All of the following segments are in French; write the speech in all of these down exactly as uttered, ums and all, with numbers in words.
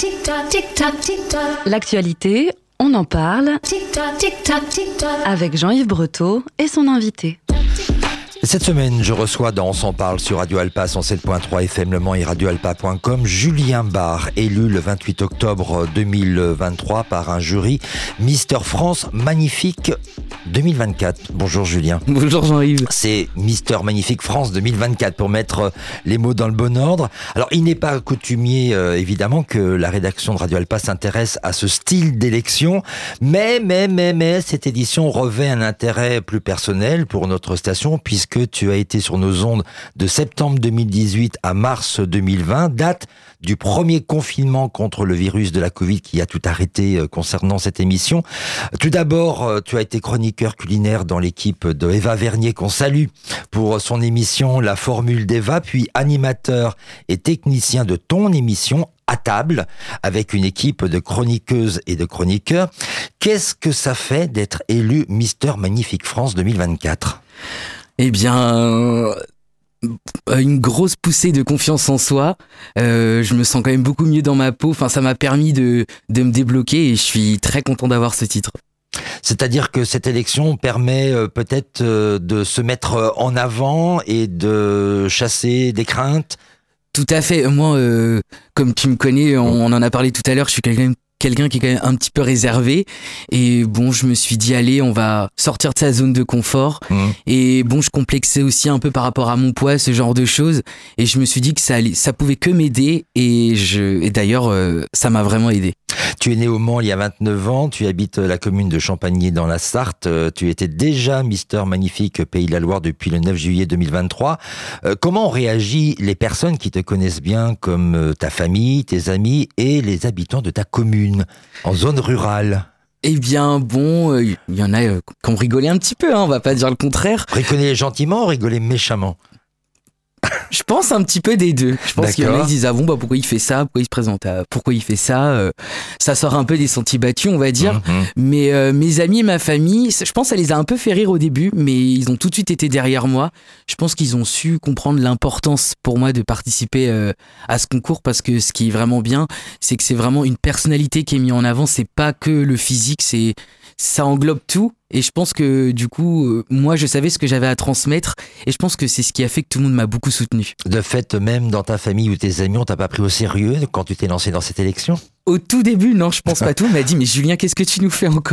tic-tac, tic-tac, tic-tac. L'actualité, on en parle Tic-tac, tic-tac, tic-tac. avec Jean-Yves Breteau et son invité. Cette semaine, je reçois dans On s'en parle sur Radio Alpa cent sept point trois F M Le Mans et radio alpa point com Julien Barre, élu le vingt-huit octobre deux mille vingt-trois par un jury Mister France Magnifique deux mille vingt-quatre. Bonjour Julien. Bonjour Jean-Yves. C'est Mister Magnifique France deux mille vingt-quatre pour mettre les mots dans le bon ordre. Alors, il n'est pas coutumier, euh, évidemment, que la rédaction de Radio Alpa s'intéresse à ce style d'élection, mais, mais, mais, mais, cette édition revêt un intérêt plus personnel pour notre station, puisque tu as été sur nos ondes de septembre deux mille dix-huit à mars deux mille vingt, date du premier confinement contre le virus de la Covid qui a tout arrêté concernant cette émission. Tout d'abord, tu as été chroniqueur culinaire dans l'équipe de Eva Vernier, qu'on salue pour son émission La Formule d'Eva, puis animateur et technicien de ton émission À table, avec une équipe de chroniqueuses et de chroniqueurs. Qu'est-ce que ça fait d'être élu Mister Magnifique France deux mille vingt-quatre ? Eh bien, euh, une grosse poussée de confiance en soi. Euh, je me sens quand même beaucoup mieux dans ma peau. Enfin, ça m'a permis de, de me débloquer et je suis très content d'avoir ce titre. C'est-à-dire que cette élection permet euh, peut-être euh, de se mettre en avant et de chasser des craintes. Tout à fait. Moi, euh, comme tu me connais, on, on en a parlé tout à l'heure, je suis quelqu'un quelqu'un qui est quand même un petit peu réservé. Et bon, je me suis dit, allez, on va sortir de sa zone de confort. Mmh. Et bon, je complexais aussi un peu par rapport à mon poids, ce genre de choses. Et je me suis dit que ça allait, ça pouvait que m'aider. Et, je, et d'ailleurs, euh, ça m'a vraiment aidé. Tu es né au Mans il y a vingt-neuf ans, tu habites la commune de Champagny dans la Sarthe, tu étais déjà Mister Magnifique Pays de la Loire depuis le neuf juillet deux mille vingt-trois. Euh, comment ont réagi les personnes qui te connaissent bien, comme ta famille, tes amis et les habitants de ta commune, en zone rurale ? Eh bien, bon, il euh, y en a euh, qui ont rigolé un petit peu, hein, on va pas dire le contraire. Rigoler gentiment ou rigoler méchamment ? Je pense un petit peu des deux. Je pense D'accord. qu'il y en a qui disent ah bon bah pourquoi il fait ça, pourquoi il se présente, à... pourquoi il fait ça. Euh, ça sort un peu des sentiers battus, on va dire. Mmh. Mais euh, mes amis et ma famille, je pense que ça les a un peu fait rire au début, mais ils ont tout de suite été derrière moi. Je pense qu'ils ont su comprendre l'importance pour moi de participer euh, à ce concours, parce que ce qui est vraiment bien, c'est que c'est vraiment une personnalité qui est mise en avant. C'est pas que le physique, c'est ça englobe tout. Et je pense que du coup, euh, moi je savais ce que j'avais à transmettre et je pense que c'est ce qui a fait que tout le monde m'a beaucoup soutenu. De fait, même dans ta famille ou tes amis, on t'a pas pris au sérieux quand tu t'es lancé dans cette élection ? Au tout début, non, je pense pas tout. On m'a dit, mais Julien, qu'est-ce que tu nous fais encore ?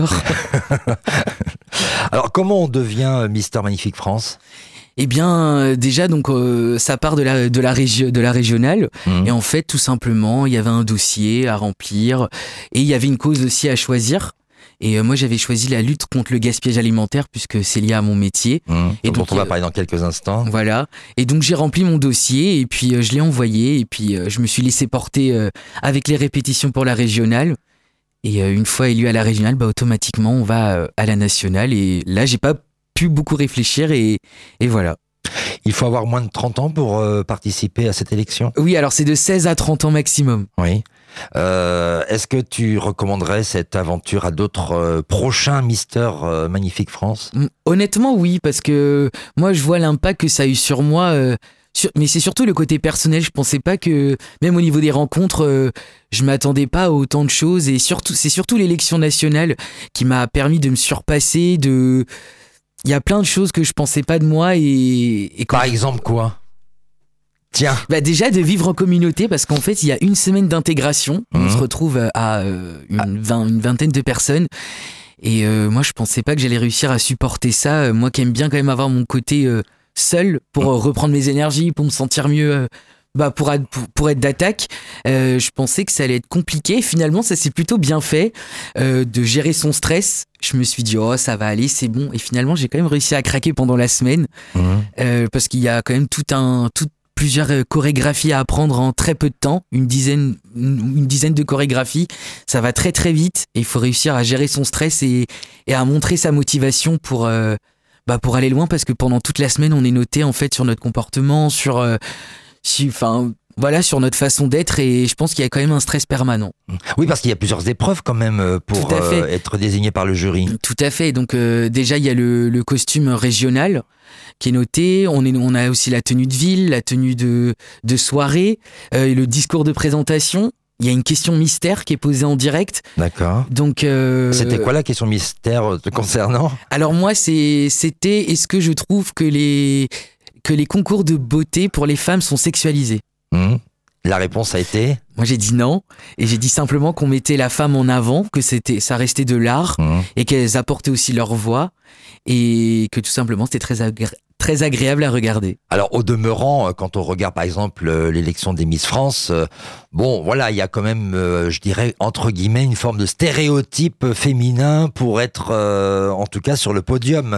Alors, comment on devient Mister Magnifique France ? Eh bien, euh, déjà, donc, euh, ça part de la de la région de la régionale, mmh. et en fait, tout simplement, il y avait un dossier à remplir et il y avait une cause aussi à choisir. Et euh, moi, j'avais choisi la lutte contre le gaspillage alimentaire puisque c'est lié à mon métier. Mmh, et donc, donc, on va euh, parler dans quelques instants. Voilà. Et donc, j'ai rempli mon dossier et puis euh, je l'ai envoyé et puis euh, je me suis laissé porter euh, avec les répétitions pour la régionale. Et euh, une fois élu à la régionale, bah, automatiquement, on va euh, à la nationale. Et là, j'ai pas pu beaucoup réfléchir et, et voilà. Il faut avoir moins de trente ans pour euh, participer à cette élection ? Oui, alors c'est de seize à trente ans maximum. Oui. Euh, est-ce que tu recommanderais cette aventure à d'autres euh, prochains Mister euh, Magnifique France ? Honnêtement, oui, parce que moi, je vois l'impact que ça a eu sur moi. Euh, sur, mais c'est surtout le côté personnel. Je pensais pas que, même au niveau des rencontres, euh, je m'attendais pas à autant de choses. Et surtout, c'est surtout l'élection nationale qui m'a permis de me surpasser, de... Il y a plein de choses que je pensais pas de moi et... et quand... Par exemple quoi ? Tiens. Bah déjà de vivre en communauté, parce qu'en fait il y a une semaine d'intégration, mmh. on se retrouve à euh, une, vingt, une vingtaine de personnes et euh, moi je pensais pas que j'allais réussir à supporter ça, moi qui aime bien quand même avoir mon côté euh, seul pour euh, reprendre mes énergies, pour me sentir mieux, euh, bah pour, pour, pour être d'attaque. Euh, je pensais que ça allait être compliqué, finalement ça s'est plutôt bien fait, euh, de gérer son stress. Je me suis dit oh ça va aller, c'est bon, et finalement j'ai quand même réussi à craquer pendant la semaine, mmh. euh, parce qu'il y a quand même tout un tout plusieurs chorégraphies à apprendre en très peu de temps, une dizaine, une dizaine de chorégraphies, ça va très très vite et il faut réussir à gérer son stress et, et à montrer sa motivation pour, euh, bah pour aller loin, parce que pendant toute la semaine on est noté en fait sur notre comportement, sur, euh, sur, enfin, voilà, sur notre façon d'être, et je pense qu'il y a quand même un stress permanent. Oui, parce qu'il y a plusieurs épreuves quand même pour euh, être désigné par le jury. Tout à fait, donc euh, déjà il y a le, le costume régional qui est noté, on, est, on a aussi la tenue de ville, la tenue de, de soirée, euh, et le discours de présentation. Il y a une question mystère qui est posée en direct. D'accord. Donc, euh, C'était quoi la question mystère te concernant ? Alors moi, c'est, c'était est-ce que je trouve que les, que les concours de beauté pour les femmes sont sexualisés ? Mmh. La réponse a été ? Moi, j'ai dit non. Et j'ai dit simplement qu'on mettait la femme en avant, que c'était, ça restait de l'art Mmh. et qu'elles apportaient aussi leur voix et que tout simplement, c'était très, agré- très agréable à regarder. Alors, au demeurant, euh, quand on regarde par exemple euh, l'élection des Miss France, euh, bon, voilà, il y a quand même, euh, je dirais, entre guillemets, une forme de stéréotype féminin pour être, euh, en tout cas, sur le podium.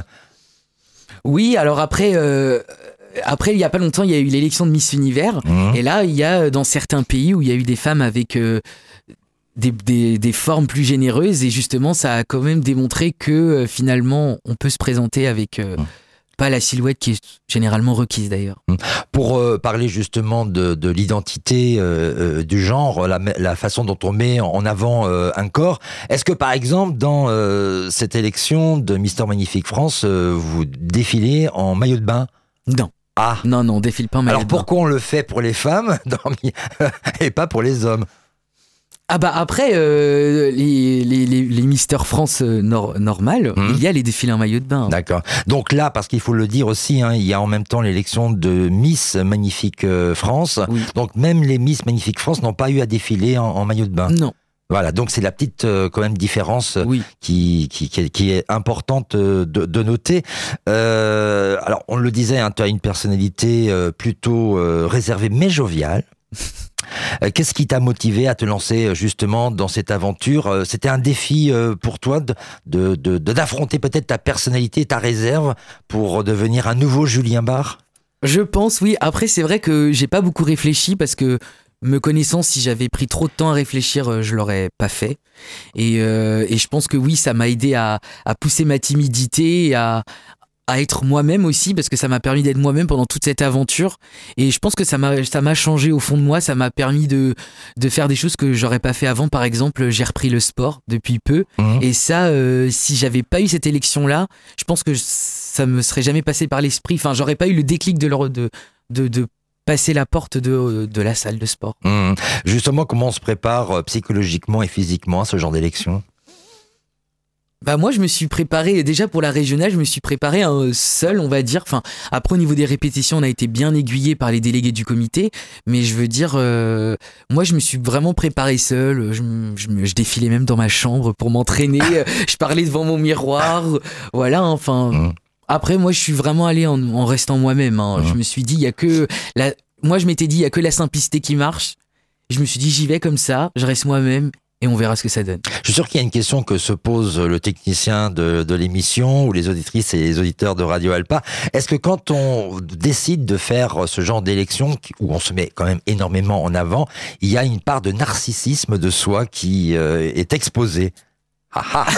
Oui, alors après... Euh, Après, il y a pas longtemps, il y a eu l'élection de Miss Univers. Mmh. Et là, il y a dans certains pays où il y a eu des femmes avec euh, des, des, des formes plus généreuses. Et justement, ça a quand même démontré que euh, finalement, on peut se présenter avec euh, Mmh. pas la silhouette qui est généralement requise d'ailleurs. Pour euh, parler justement de, de l'identité euh, euh, du genre, la, la façon dont on met en avant euh, un corps, est-ce que par exemple, dans euh, cette élection de Mister Magnifique France, euh, vous défilez en maillot de bain ? Non, Ah, non, non, on défile pas en maillot alors de bain. pourquoi on le fait pour les femmes dans- et pas pour les hommes ? Ah bah après, euh, les, les, les, les Mister France euh, nor- normales, Mmh. il y a les défilés en maillot de bain. D'accord. Donc là, parce qu'il faut le dire aussi, hein, il y a en même temps l'élection de Miss Magnifique euh, France. Oui. Donc même les Miss Magnifique France n'ont pas eu à défiler en, en maillot de bain. Non, Voilà, donc c'est la petite euh, quand même différence euh, oui. qui, qui, qui, est, qui est importante euh, de, de noter. Euh, alors on le disait, hein, tu as une personnalité euh, plutôt euh, réservée mais joviale. Euh, Qu'est-ce qui t'a motivé à te lancer euh, justement dans cette aventure ? Euh, C'était un défi euh, pour toi de, de, de, de- d'affronter peut-être ta personnalité, ta réserve pour devenir un nouveau Julien Bart ? Je pense, oui. Après, c'est vrai que j'ai pas beaucoup réfléchi parce que me connaissant, si j'avais pris trop de temps à réfléchir, euh, je l'aurais pas fait. Et, euh, et je pense que oui, ça m'a aidé à, à pousser ma timidité et à, à être moi-même aussi parce que ça m'a permis d'être moi-même pendant toute cette aventure. Et je pense que ça m'a, ça m'a changé au fond de moi. Ça m'a permis de, de faire des choses que j'aurais pas fait avant. Par exemple, j'ai repris le sport depuis peu. Mmh. Et ça, euh, si j'avais pas eu cette élection-là, je pense que ça me serait jamais passé par l'esprit. Enfin, j'aurais pas eu le déclic de, leur, de, de, de passer la porte de, de la salle de sport. Mmh. Justement, comment on se prépare euh, psychologiquement et physiquement à ce genre d'élection ? Bah moi, je me suis préparé, déjà pour la régionale, je me suis préparé hein, seul, on va dire. Enfin, après, au niveau des répétitions, on a été bien aiguillé par les délégués du comité. Mais je veux dire, euh, moi, je me suis vraiment préparé seul. Je, me- je, me- je défilais même dans ma chambre pour m'entraîner. Je parlais devant mon miroir. Voilà, enfin... Mmh. Après, moi, je suis vraiment allé en, en restant moi-même. Hein. Mmh. Je me suis dit, il y a que la... moi, je m'étais dit, il y a que la simplicité qui marche. Je me suis dit, j'y vais comme ça, je reste moi-même et on verra ce que ça donne. Je suis sûr qu'il y a une question que se pose le technicien de, de l'émission ou les auditrices et les auditeurs de Radio Alpa. Est-ce que quand on décide de faire ce genre d'élection qui- où on se met quand même énormément en avant, il y a une part de narcissisme de soi qui euh, est exposée ? Ah ah.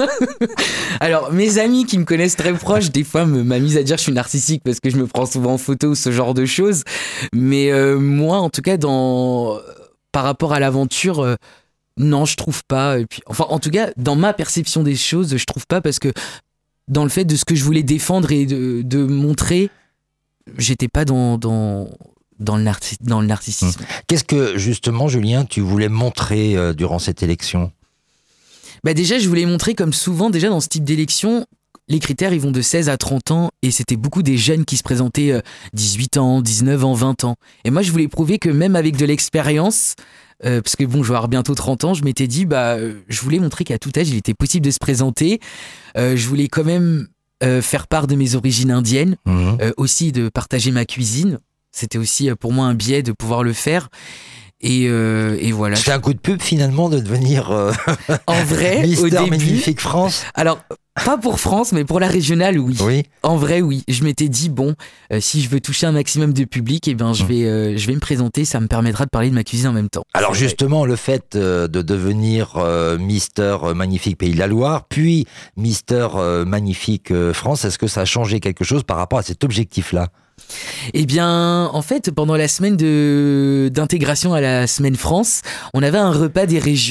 Alors, mes amis qui me connaissent très proche, des fois, me- m'amusent à dire que je suis narcissique parce que je me prends souvent en photo ou ce genre de choses. Mais euh, moi, en tout cas, dans... par rapport à l'aventure, euh, non, je trouve pas. Et puis, enfin, en tout cas, dans ma perception des choses, je trouve pas parce que dans le fait de ce que je voulais défendre et de, de montrer, j'étais pas dans, dans, dans, le, narci- dans le narcissisme. Qu'est-ce que justement, Julien, tu voulais montrer euh, durant cette élection ? Bah déjà, je voulais montrer, comme souvent, déjà dans ce type d'élection, les critères, ils vont de seize à trente ans, et c'était beaucoup des jeunes qui se présentaient euh, dix-huit ans, dix-neuf ans, vingt ans. Et moi, je voulais prouver que même avec de l'expérience, euh, parce que bon, je vais avoir bientôt trente ans, je m'étais dit, bah, euh, je voulais montrer qu'à tout âge, il était possible de se présenter. Euh, je voulais quand même euh, faire part de mes origines indiennes, Mmh. euh, aussi de partager ma cuisine. C'était aussi euh, pour moi un biais de pouvoir le faire. Et, euh, et voilà. C'était un coup de pub finalement de devenir euh, En vrai, au Mister début, Magnifique France ? alors pas pour France, mais pour la régionale, oui. Oui. En vrai, oui. Je m'étais dit bon, euh, si je veux toucher un maximum de public, eh ben je Mmh. vais, euh, je vais me présenter. Ça me permettra de parler de ma cuisine en même temps. Alors C'est vrai. justement, le fait euh, de devenir euh, Mister Magnifique Pays de la Loire, puis Mister euh, Magnifique euh, France, est-ce que ça a changé quelque chose par rapport à cet objectif-là ? Eh bien, en fait, pendant la semaine de d'intégration à la semaine France, on avait un repas des régions.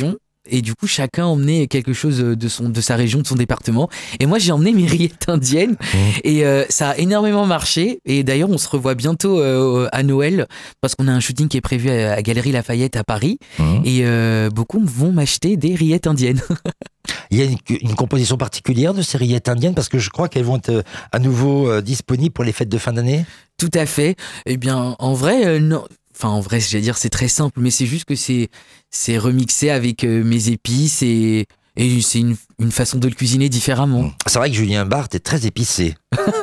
Et du coup, chacun emmenait quelque chose de, son, de sa région, de son département. Et moi, j'ai emmené mes rillettes indiennes. Mmh. Et euh, ça a énormément marché. Et d'ailleurs, on se revoit bientôt euh, à Noël, parce qu'on a un shooting qui est prévu à, à Galerie Lafayette à Paris. Mmh. Et euh, beaucoup vont m'acheter des rillettes indiennes. Il y a une, une composition particulière de ces rillettes indiennes, parce que je crois qu'elles vont être à nouveau euh, disponibles pour les fêtes de fin d'année. Tout à fait. Eh bien, en vrai, euh, non. Enfin, en vrai, j'allais dire, c'est très simple, mais c'est juste que c'est, c'est remixé avec euh, mes épices et, et c'est une, une façon de le cuisiner différemment. C'est vrai que Julien Barthes est très épicé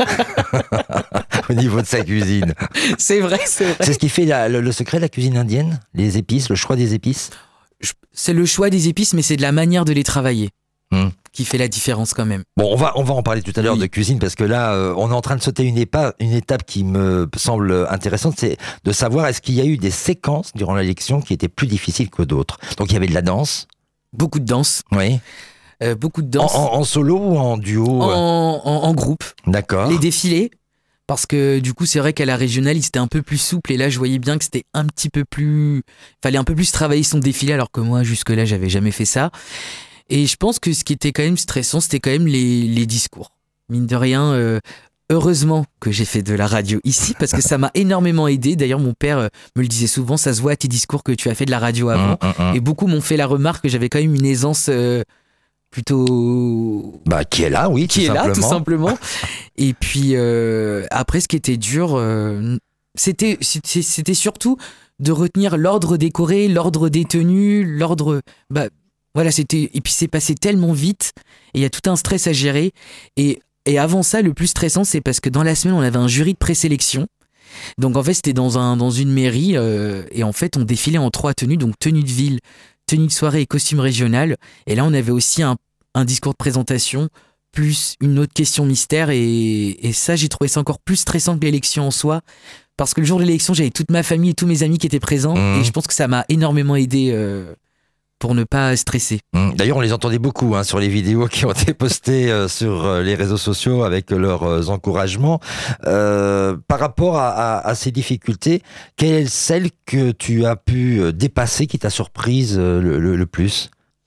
au niveau de sa cuisine. C'est vrai, c'est vrai. C'est ce qui fait la, le, le secret de la cuisine indienne, les épices, le choix des épices. C'est le choix des épices, mais c'est de la manière de les travailler. Mmh. Qui fait la différence quand même. Bon, on va, on va en parler tout à l'heure oui. de cuisine, parce que là, euh, on est en train de sauter une étape, une étape qui me semble intéressante, c'est de savoir est-ce qu'il y a eu des séquences durant l'élection qui étaient plus difficiles que d'autres. Donc il y avait de la danse. Beaucoup de danse. Oui. Euh, beaucoup de danse. En, en, en solo ou en duo? En, en, en groupe. D'accord. Les défilés. Parce que du coup, c'est vrai qu'à la régionale, il était un peu plus souple. Et là, je voyais bien que c'était un petit peu plus... Il fallait un peu plus travailler son défilé, alors que moi, jusque-là, j'avais jamais fait ça. Et je pense que ce qui était quand même stressant, c'était quand même les, les discours. Mine de rien, euh, heureusement que j'ai fait de la radio ici, parce que ça m'a énormément aidé. D'ailleurs, mon père euh, me le disait souvent, ça se voit à tes discours que tu as fait de la radio avant. Mmh, mmh, mmh. Et beaucoup m'ont fait la remarque que j'avais quand même une aisance euh, plutôt... Bah, qui est là, oui, qui tout est simplement. là, tout simplement. Et puis, euh, après, ce qui était dur, euh, c'était, c'était, c'était surtout de retenir l'ordre décoré, l'ordre des tenues, l'ordre... Bah, Voilà, c'était et puis c'est passé tellement vite et il y a tout un stress à gérer et et avant ça, le plus stressant, c'est parce que dans la semaine, on avait un jury de présélection. Donc en fait, c'était dans un dans une mairie euh, et en fait, on défilait en trois tenues, donc tenue de ville, tenue de soirée et costume régional. Et là, on avait aussi un un discours de présentation plus une autre question mystère et et ça, j'ai trouvé ça encore plus stressant que l'élection en soi. Parce que le jour de l'élection, j'avais toute ma famille et tous mes amis qui étaient présents mmh. et je pense que ça m'a énormément aidé euh, pour ne pas stresser. D'ailleurs, on les entendait beaucoup hein, sur les vidéos qui ont été postées euh, sur euh, les réseaux sociaux avec leurs euh, encouragements. Euh, par rapport à, à, à ces difficultés, quelle est celle que tu as pu dépasser, qui t'a surprise euh, le, le, le plus?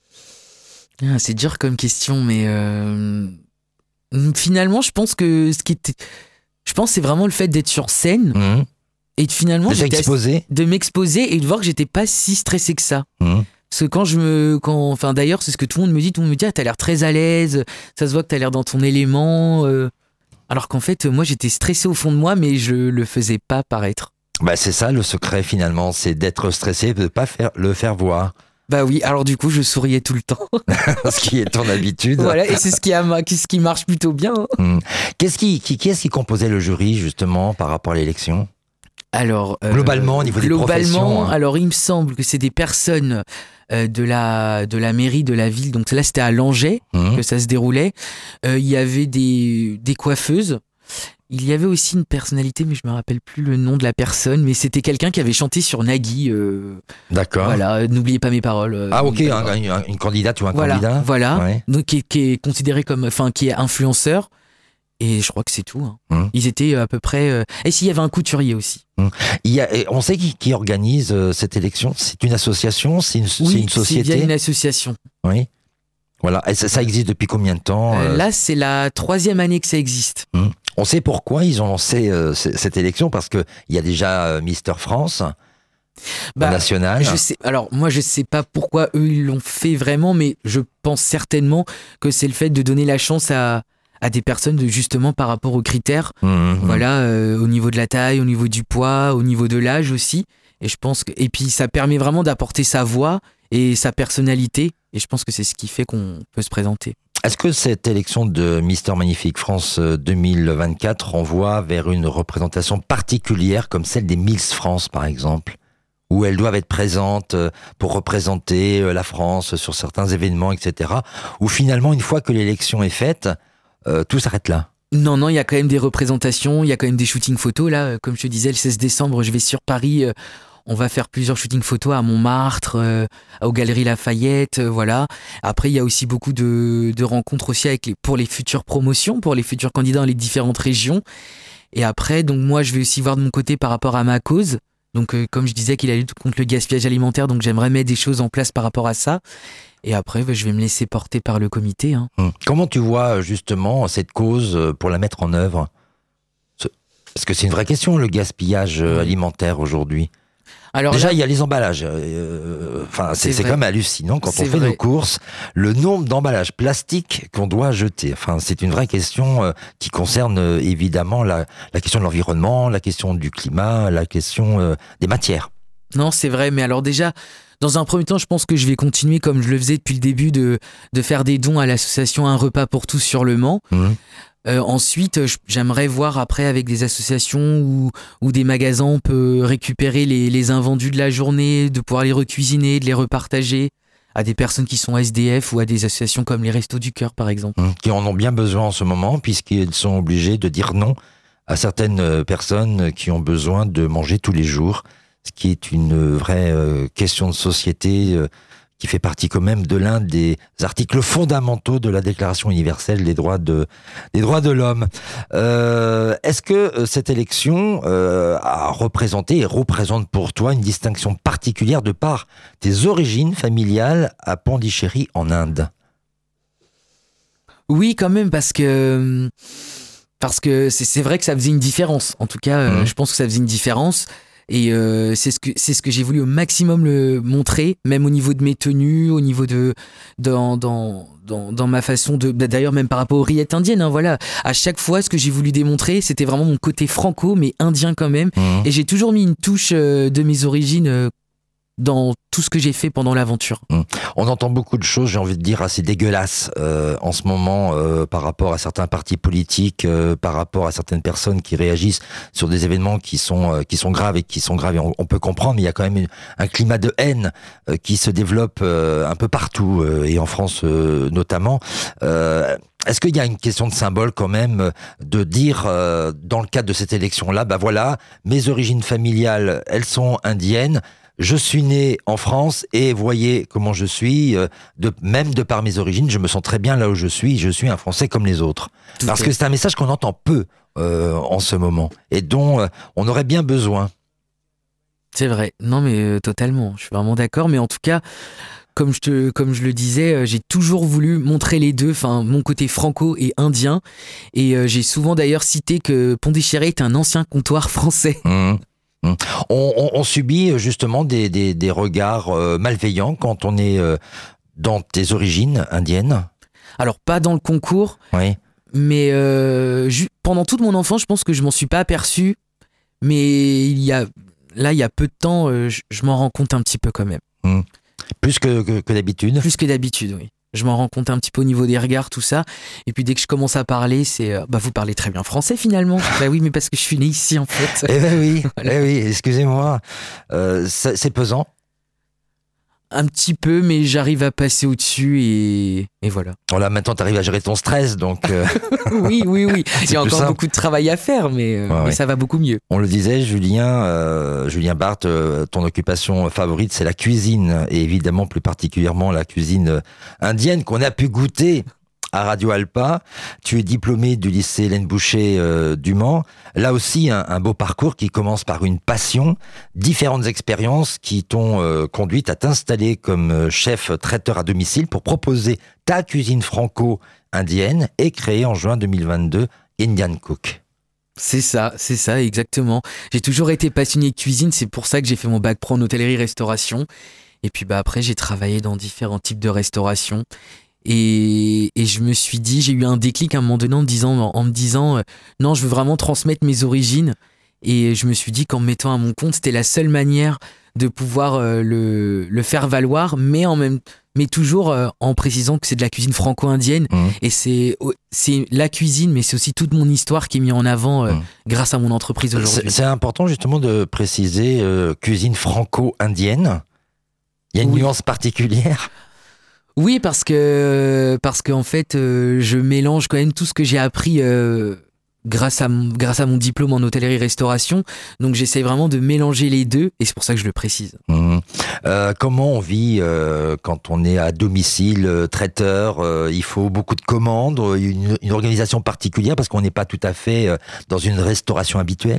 Ah, c'est dur comme question, mais euh, finalement, je pense que ce qui était, je pense, c'est vraiment le fait d'être sur scène mmh. et de, finalement de m'exposer, de m'exposer et de voir que j'étais pas si stressé que ça. Mmh. Parce que quand je me... Quand, enfin, d'ailleurs, c'est ce que tout le monde me dit. Tout le monde me dit, ah, t'as l'air très à l'aise, ça se voit que t'as l'air dans ton élément. Euh, alors qu'en fait, moi, j'étais stressé au fond de moi, mais je le faisais pas paraître. Bah, c'est ça le secret, finalement, c'est d'être stressé, de ne pas faire, le faire voir. Bah oui, alors du coup, je souriais tout le temps. Ce qui est ton habitude. Voilà, et c'est ce qui, a, ce qui marche plutôt bien. Hein. Mmh. Qu'est-ce qui, qui, qui est-ce qui composait le jury, justement, par rapport à l'élection ? Alors, euh, globalement, au niveau des professions. Globalement, hein. alors il me semble que c'est des personnes euh, de la de la mairie de la ville. Donc là, c'était à Langeais mmh. que ça se déroulait. Euh, il y avait des des coiffeuses. Il y avait aussi une personnalité, mais je me rappelle plus le nom de la personne. Mais c'était quelqu'un qui avait chanté sur Nagui. Euh, D'accord. Voilà, n'oubliez pas mes paroles. Euh, ah ok, un, un, une candidate ou un voilà, candidat. Voilà. Ouais. Donc qui, qui est considéré comme, enfin, qui est influenceur. Et je crois que c'est tout. Hein. Mmh. Ils étaient à peu près... Euh... Et s'il y avait un couturier aussi. Mmh. Il y a, on sait qui, qui organise euh, cette élection. C'est une association, c'est une, oui, c'est une société. c'est bien une association. Oui. Voilà. Et ça, ça existe depuis combien de temps euh... Là, c'est la troisième année que ça existe. Mmh. On sait pourquoi ils ont lancé euh, c- cette élection, parce qu'il y a déjà euh, Mister France bah, national. Je sais, alors, moi, je sais pas pourquoi eux, ils l'ont fait vraiment, mais je pense certainement que c'est le fait de donner la chance à... à des personnes de, justement par rapport aux critères, mmh, voilà, euh, au niveau de la taille, au niveau du poids, au niveau de l'âge aussi. Et je pense que, et puis ça permet vraiment d'apporter sa voix et sa personnalité. Et je pense que c'est ce qui fait qu'on peut se présenter. Est-ce que cette élection de Mister Magnifique France deux mille vingt-quatre renvoie vers une représentation particulière comme celle des Miss France par exemple, où elles doivent être présentes pour représenter la France sur certains événements, et cetera. Où finalement, une fois que l'élection est faite, Euh, tout s'arrête là? Non, non, il y a quand même des représentations, il y a quand même des shootings photos. Là, comme je te disais, le seize décembre, je vais sur Paris. Euh, on va faire plusieurs shootings photos à Montmartre, euh, aux Galeries Lafayette, euh, voilà. Après, il y a aussi beaucoup de, de rencontres aussi avec les, pour les futures promotions, pour les futurs candidats dans les différentes régions. Et après, donc moi, je vais aussi voir de mon côté par rapport à ma cause. Donc, euh, comme je disais qu'il a lutte contre le gaspillage alimentaire, donc j'aimerais mettre des choses en place par rapport à ça. Et après, bah, je vais me laisser porter par le comité. Hein. Hum. Comment tu vois justement cette cause pour la mettre en œuvre ? Parce que c'est une vraie question, le gaspillage Oui. alimentaire aujourd'hui. Alors Déjà, là, il y a les emballages. Euh, Enfin, c'est, C'est c'est vrai. quand même hallucinant quand C'est on fait vrai. nos courses, le nombre d'emballages plastiques qu'on doit jeter. Enfin, c'est une vraie question euh, qui concerne euh, évidemment la, la question de l'environnement, la question du climat, la question euh, des matières. non, c'est vrai. Mais alors déjà, dans un premier temps, je pense que je vais continuer comme je le faisais depuis le début de, de faire des dons à l'association Un repas pour tous sur Le Mans. Mmh. Euh, ensuite, je- j'aimerais voir après avec des associations ou, ou des magasins, on peut récupérer les, les invendus de la journée, de pouvoir les recuisiner, de les repartager à des personnes qui sont S D F ou à des associations comme les Restos du Cœur, par exemple. Mmh. Qui en ont bien besoin en ce moment, puisqu'ils sont obligés de dire non à certaines euh, personnes qui ont besoin de manger tous les jours, ce qui est une vraie euh, question de société euh, qui fait partie quand même de l'un des articles fondamentaux de la Déclaration universelle des droits de, des droits de l'homme. Euh, est-ce que euh, cette élection euh, a représenté et représente pour toi une distinction particulière de par tes origines familiales à Pondichéry en Inde ? Oui, quand même, parce que parce que c'est, c'est vrai que ça faisait une différence. En tout cas, euh, Mhm. je pense que ça faisait une différence. Et euh, c'est ce que c'est ce que j'ai voulu au maximum le montrer, même au niveau de mes tenues, au niveau de dans dans dans, dans ma façon de d'ailleurs même par rapport aux rillettes indiennes. Hein, voilà, à chaque fois, ce que j'ai voulu démontrer, c'était vraiment mon côté franco, mais indien quand même. Mmh. Et j'ai toujours mis une touche euh, de mes origines euh, dans tout ce que j'ai fait pendant l'aventure. On entend beaucoup de choses, j'ai envie de dire, assez dégueulasses euh, en ce moment euh, par rapport à certains partis politiques, euh, par rapport à certaines personnes qui réagissent sur des événements qui sont euh, qui sont graves et qui sont graves. Et on, on peut comprendre, mais il y a quand même une- un climat de haine euh, qui se développe euh, un peu partout euh, et en France euh, notamment. Euh, Est-ce qu'il y a une question de symbole quand même euh, de dire euh, dans le cadre de cette élection-là, bah voilà, mes origines familiales, elles sont indiennes. Je suis né en France et voyez comment je suis, euh, de, même de par mes origines, je me sens très bien là où je suis, je suis un Français comme les autres. Tout Parce à que c'est un message qu'on entend peu euh, en ce moment et dont euh, on aurait bien besoin. C'est vrai. Non, mais euh, totalement. Je suis vraiment d'accord. Mais en tout cas, comme je, te, comme je le disais, euh, j'ai toujours voulu montrer les deux, enfin, mon côté franco et indien. Et euh, j'ai souvent d'ailleurs cité que Pondichéry est un ancien comptoir français. Mmh. Mmh. On, on, on subit justement des, des, des regards euh, malveillants quand on est euh, dans tes origines indiennes. Alors, pas dans le concours, Oui. mais euh, ju- pendant toute mon enfance, je pense que je m'en suis pas aperçu. Mais il y a, là, il y a peu de temps, euh, je, je m'en rends compte un petit peu quand même. Mmh. Plus que, que, que d'habitude. Plus que d'habitude, oui. Je m'en rends compte un petit peu au niveau des regards, tout ça. Et puis dès que je commence à parler, c'est euh, bah vous parlez très bien français finalement. Bah oui, mais parce que je suis né ici en fait. Eh ben oui, Voilà. eh oui, excusez-moi. Euh, ça- c'est pesant. Un petit peu, mais j'arrive à passer au-dessus et, et voilà. Voilà, maintenant tu arrives à gérer ton stress, donc euh, Oui, oui, oui. Il y a plus encore simple. beaucoup de travail à faire, mais, euh, Ouais, mais ouais. ça va beaucoup mieux. on le disait, Julien, euh, Julien Barthes, euh, ton occupation favorite, c'est la cuisine, et évidemment plus particulièrement la cuisine euh, indienne qu'on a pu goûter à Radio Alpa. Tu es diplômé du lycée Hélène Boucher euh, du Mans. Là aussi, un, un beau parcours qui commence par une passion, différentes expériences qui t'ont euh, conduite à t'installer comme euh, chef traiteur à domicile pour proposer ta cuisine franco-indienne et créer en juin deux mille vingt-deux Indian Cook. C'est ça, c'est ça, exactement. J'ai toujours été passionné de cuisine, c'est pour ça que j'ai fait mon bac pro en hôtellerie-restauration. Et puis bah après, j'ai travaillé dans différents types de restauration. Et, et je me suis dit, j'ai eu un déclic à un moment donné en me disant, en me disant euh, non, je veux vraiment transmettre mes origines. Et je me suis dit qu'en me mettant à mon compte, c'était la seule manière de pouvoir euh, le, le faire valoir, mais, en même, mais toujours euh, en précisant que c'est de la cuisine franco-indienne. Mmh. Et c'est, c'est la cuisine, mais c'est aussi toute mon histoire qui est mise en avant euh, Mmh. grâce à mon entreprise C'est, aujourd'hui. c'est important justement de préciser euh, cuisine franco-indienne. Il y a une Oui. nuance particulière. Oui, parce que parce qu'en fait, euh, je mélange quand même tout ce que j'ai appris euh, grâce à mon, grâce à mon diplôme en hôtellerie-restauration. Donc j'essaie vraiment de mélanger les deux, et c'est pour ça que je le précise. Mmh. Euh, comment on vit euh, quand on est à domicile, euh, traiteur euh, il faut beaucoup de commandes, une, une organisation particulière parce qu'on n'est pas tout à fait euh, dans une restauration habituelle.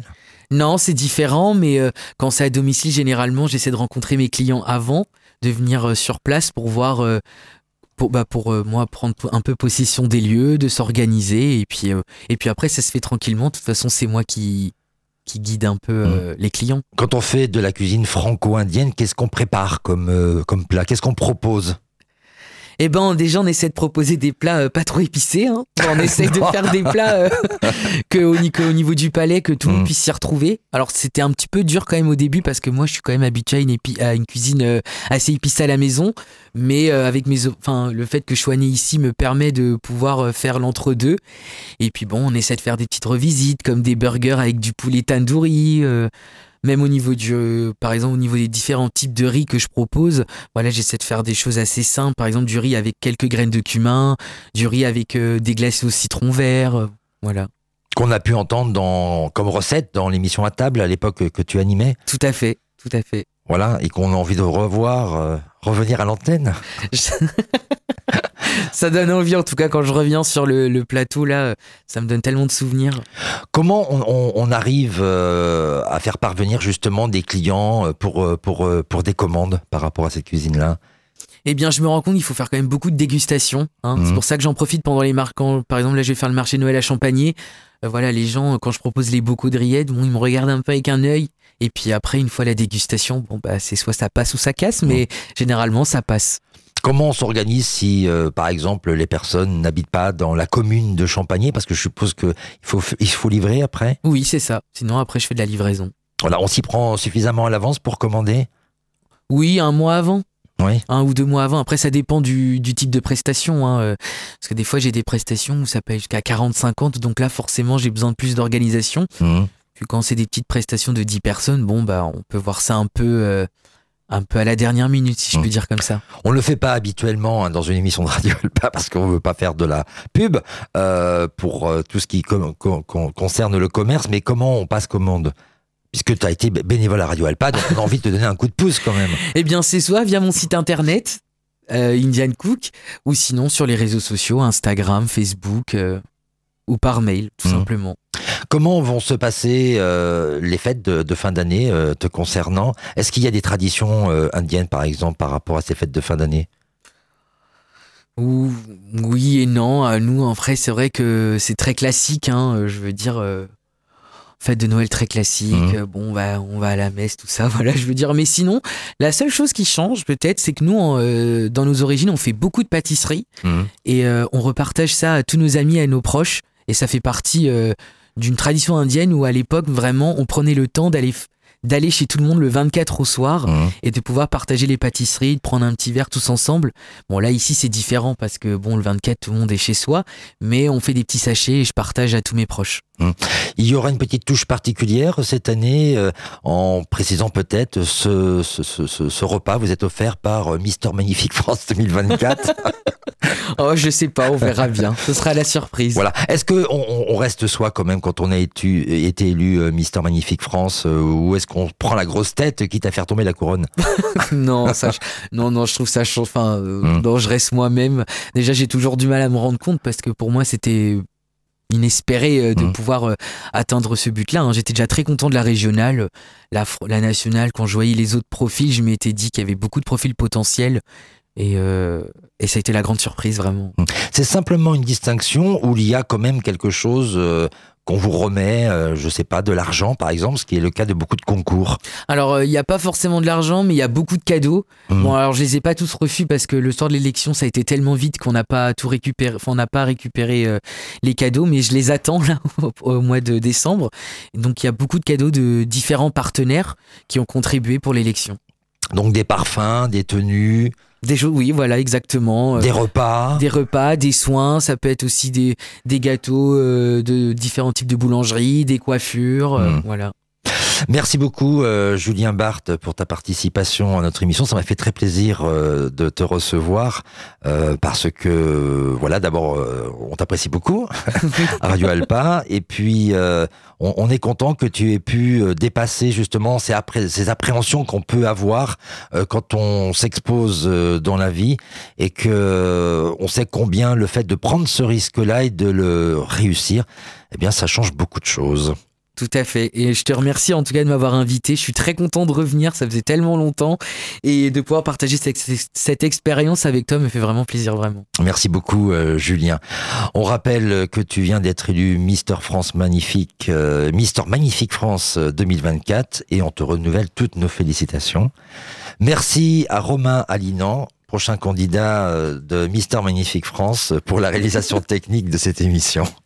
Non, c'est différent, mais euh, quand c'est à domicile, généralement, j'essaie de rencontrer mes clients avant, de venir euh, sur place pour voir, euh, pour, bah, pour euh, moi, prendre un peu possession des lieux, de s'organiser, et puis, euh, et puis après, ça se fait tranquillement. De toute façon, c'est moi qui, qui guide un peu euh, mmh. les clients. Quand on fait de la cuisine franco-indienne, qu'est-ce qu'on prépare comme, euh, comme plat ? Qu'est-ce qu'on propose ? Eh ben, déjà, on essaie de proposer des plats euh, pas trop épicés. Hein. On essaie de faire des plats euh, que au, que au niveau du palais, que tout le monde puisse s'y retrouver. Alors, c'était un petit peu dur quand même au début parce que moi, je suis quand même habitué à une, épi- à une cuisine euh, assez épicée à la maison. Mais euh, avec mes, enfin, le fait que je sois né ici me permet de pouvoir euh, faire l'entre-deux. Et puis bon, on essaie de faire des petites revisites comme des burgers avec du poulet tandoori. Euh, Même au niveau du, euh, par exemple, au niveau des différents types de riz que je propose, voilà, j'essaie de faire des choses assez simples. Par exemple, du riz avec quelques graines de cumin, du riz avec euh, des glacés au citron vert, euh, voilà. Qu'on a pu entendre dans, comme recette dans l'émission à table à l'époque que tu animais. Tout à fait, tout à fait. Voilà, et qu'on a envie de revoir, euh, revenir à l'antenne. Ça donne envie, en tout cas, quand je reviens sur le, le plateau, là, ça me donne tellement de souvenirs. Comment on, on, on arrive euh, à faire parvenir justement des clients pour, pour, pour des commandes par rapport à cette cuisine-là ? Eh bien, je me rends compte qu'il faut faire quand même beaucoup de dégustations. Hein. Mmh. C'est pour ça que j'en profite pendant les marques. Par exemple, là, je vais faire le marché de Noël à Champagné. Euh, voilà, les gens, quand je propose les bocaux de rillettes, bon, ils me regardent un peu avec un œil. Et puis après, une fois la dégustation, bon, bah, c'est soit ça passe ou ça casse, mais mmh. généralement, ça passe. Comment on s'organise si, euh, par exemple, les personnes n'habitent pas dans la commune de Champagné ? Parce que je suppose qu'il faut, il faut livrer après ? Oui, c'est ça. Sinon, après, je fais de la livraison. Voilà, on s'y prend suffisamment à l'avance pour commander ? Oui, un mois avant. Oui. Un ou deux mois avant. Après, ça dépend du, du type de prestation. Hein. Parce que des fois, j'ai des prestations où ça peut aller jusqu'à quarante cinquante. Donc là, forcément, j'ai besoin de plus d'organisation. Mmh. Puis quand c'est des petites prestations de dix personnes, bon, bah, on peut voir ça un peu... Euh, Un peu à la dernière minute, si je peux mmh. dire comme ça. On ne le fait pas habituellement hein, dans une émission de Radio Alpa parce qu'on ne veut pas faire de la pub euh, pour euh, tout ce qui com- com- com- concerne le commerce. Mais comment on passe commande ? Puisque tu as été bénévole à Radio Alpa, donc on a envie de te donner un coup de pouce quand même. Eh bien, c'est soit via mon site internet, euh, Indian Cook, ou sinon sur les réseaux sociaux, Instagram, Facebook, euh, ou par mail, tout mmh. simplement. Comment vont se passer euh, les fêtes de, de fin d'année euh, te concernant ? Est-ce qu'il y a des traditions euh, indiennes, par exemple, par rapport à ces fêtes de fin d'année ? Ou, oui et non. Nous, en vrai, c'est vrai que c'est très classique. Hein, je veux dire, euh, fête de Noël très classique. Mmh. Bon, on va, on va à la messe, tout ça. Voilà, je veux dire. Mais sinon, la seule chose qui change, peut-être, c'est que nous, euh, dans nos origines, on fait beaucoup de pâtisserie. Mmh. Et euh, on repartage ça à tous nos amis, à nos proches. Et ça fait partie... Euh, d'une tradition indienne où à l'époque vraiment on prenait le temps d'aller d'aller chez tout le monde le vingt-quatre au soir mmh. et de pouvoir partager les pâtisseries, de prendre un petit verre tous ensemble. Bon là ici c'est différent parce que bon le vingt-quatre tout le monde est chez soi, mais on fait des petits sachets et je partage à tous mes proches. Mmh. Il y aura une petite touche particulière cette année euh, en précisant peut-être ce, ce, ce, ce, ce repas vous est offert par euh, Mister Magnifique France deux mille vingt-quatre. Oh, je sais pas, on verra bien. Ce sera la surprise. Voilà. Est-ce que on, on reste soi quand même quand on a été, été élu euh, Mister Magnifique France euh, ou est-ce qu'on prend la grosse tête quitte à faire tomber la couronne ? Non, ça, je, non, non, je trouve ça. Enfin, euh, mmh. non, je reste moi-même. Déjà, j'ai toujours du mal à me rendre compte parce que pour moi, c'était inespéré euh, de mmh. pouvoir euh, atteindre ce but-là. Hein. J'étais déjà très content de la régionale, la, la nationale. Quand je voyais les autres profils, je m'étais dit qu'il y avait beaucoup de profils potentiels. Et, euh, et ça a été la grande surprise, vraiment. C'est simplement une distinction où il y a quand même quelque chose euh, qu'on vous remet, euh, je sais pas, de l'argent par exemple, ce qui est le cas de beaucoup de concours. Alors, il euh, n'y a pas forcément de l'argent, mais il y a beaucoup de cadeaux. Mmh. Bon, alors je les ai pas tous reçus parce que le soir de l'élection, ça a été tellement vite qu'on n'a pas tout récupéré, enfin, on n'a pas récupéré euh, les cadeaux, mais je les attends là au, au mois de décembre. Donc, il y a beaucoup de cadeaux de différents partenaires qui ont contribué pour l'élection. Donc, des parfums, des tenues... Des choses, oui, voilà, exactement. Des repas. Des repas, des soins, ça peut être aussi des, des gâteaux euh, de différents types de boulangeries, des coiffures, mmh. euh, voilà. Merci beaucoup euh, Julien Barthes pour ta participation à notre émission. Ça m'a fait très plaisir euh, de te recevoir euh, parce que voilà, d'abord euh, on t'apprécie beaucoup à Radio Alpa et puis euh, on, on est content que tu aies pu dépasser justement ces, appré- ces appréhensions qu'on peut avoir euh, quand on s'expose euh, dans la vie et que euh, on sait combien le fait de prendre ce risque-là et de le réussir, eh bien ça change beaucoup de choses. Tout à fait. Et je te remercie en tout cas de m'avoir invité. Je suis très content de revenir. Ça faisait tellement longtemps. Et de pouvoir partager cette, cette expérience avec toi me fait vraiment plaisir, vraiment. Merci beaucoup, euh, Julien. On rappelle que tu viens d'être élu Mister France Magnifique, euh, Mister Magnifique France deux mille vingt-quatre et on te renouvelle toutes nos félicitations. Merci à Romain Alinan, prochain candidat de Mister Magnifique France, pour la réalisation technique de cette émission.